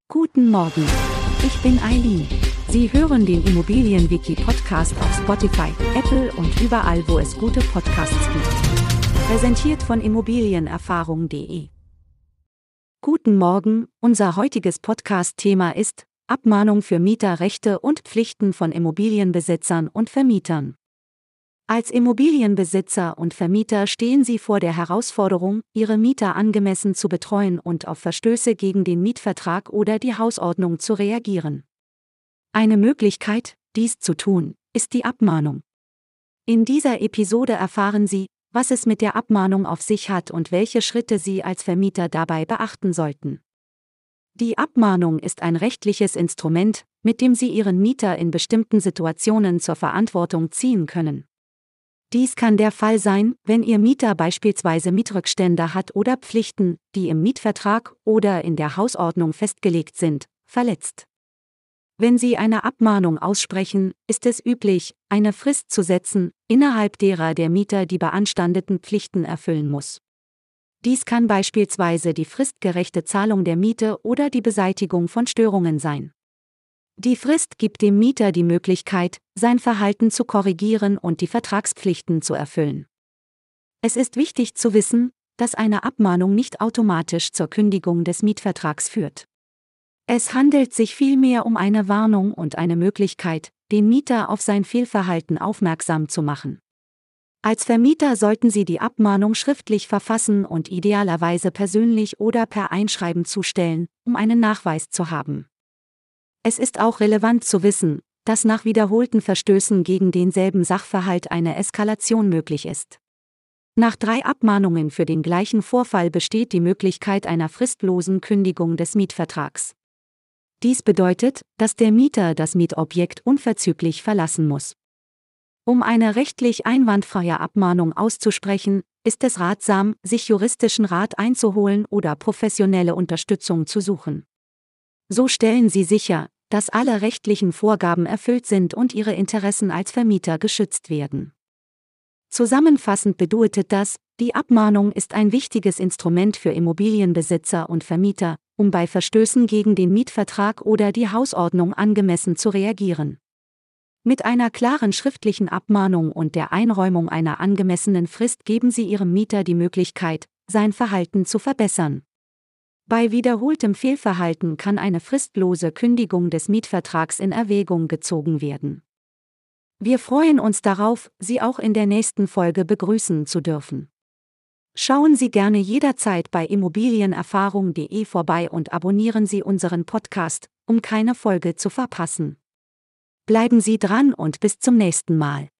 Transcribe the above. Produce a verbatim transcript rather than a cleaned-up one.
Guten Morgen, ich bin Eileen. Sie hören den Immobilienwiki-Podcast auf Spotify, Apple und überall, wo es gute Podcasts gibt. Präsentiert von immobilienerfahrung punkt de. Guten Morgen, unser heutiges Podcast-Thema ist Abmahnung für Mieter, Rechte und Pflichten von Immobilienbesitzern und Vermietern. Als Immobilienbesitzer und Vermieter stehen Sie vor der Herausforderung, Ihre Mieter angemessen zu betreuen und auf Verstöße gegen den Mietvertrag oder die Hausordnung zu reagieren. Eine Möglichkeit, dies zu tun, ist die Abmahnung. In dieser Episode erfahren Sie, was es mit der Abmahnung auf sich hat und welche Schritte Sie als Vermieter dabei beachten sollten. Die Abmahnung ist ein rechtliches Instrument, mit dem Sie Ihren Mieter in bestimmten Situationen zur Verantwortung ziehen können. Dies kann der Fall sein, wenn Ihr Mieter beispielsweise Mietrückstände hat oder Pflichten, die im Mietvertrag oder in der Hausordnung festgelegt sind, verletzt. Wenn Sie eine Abmahnung aussprechen, ist es üblich, eine Frist zu setzen, innerhalb derer der Mieter die beanstandeten Pflichten erfüllen muss. Dies kann beispielsweise die fristgerechte Zahlung der Miete oder die Beseitigung von Störungen sein. Die Frist gibt dem Mieter die Möglichkeit, sein Verhalten zu korrigieren und die Vertragspflichten zu erfüllen. Es ist wichtig zu wissen, dass eine Abmahnung nicht automatisch zur Kündigung des Mietvertrags führt. Es handelt sich vielmehr um eine Warnung und eine Möglichkeit, den Mieter auf sein Fehlverhalten aufmerksam zu machen. Als Vermieter sollten Sie die Abmahnung schriftlich verfassen und idealerweise persönlich oder per Einschreiben zustellen, um einen Nachweis zu haben. Es ist auch relevant zu wissen, dass nach wiederholten Verstößen gegen denselben Sachverhalt eine Eskalation möglich ist. Nach drei Abmahnungen für den gleichen Vorfall besteht die Möglichkeit einer fristlosen Kündigung des Mietvertrags. Dies bedeutet, dass der Mieter das Mietobjekt unverzüglich verlassen muss. Um eine rechtlich einwandfreie Abmahnung auszusprechen, ist es ratsam, sich juristischen Rat einzuholen oder professionelle Unterstützung zu suchen. So stellen Sie sicher, dass alle rechtlichen Vorgaben erfüllt sind und Ihre Interessen als Vermieter geschützt werden. Zusammenfassend bedeutet das, die Abmahnung ist ein wichtiges Instrument für Immobilienbesitzer und Vermieter, um bei Verstößen gegen den Mietvertrag oder die Hausordnung angemessen zu reagieren. Mit einer klaren schriftlichen Abmahnung und der Einräumung einer angemessenen Frist geben Sie Ihrem Mieter die Möglichkeit, sein Verhalten zu verbessern. Bei wiederholtem Fehlverhalten kann eine fristlose Kündigung des Mietvertrags in Erwägung gezogen werden. Wir freuen uns darauf, Sie auch in der nächsten Folge begrüßen zu dürfen. Schauen Sie gerne jederzeit bei immobilienerfahrung punkt de vorbei und abonnieren Sie unseren Podcast, um keine Folge zu verpassen. Bleiben Sie dran und bis zum nächsten Mal.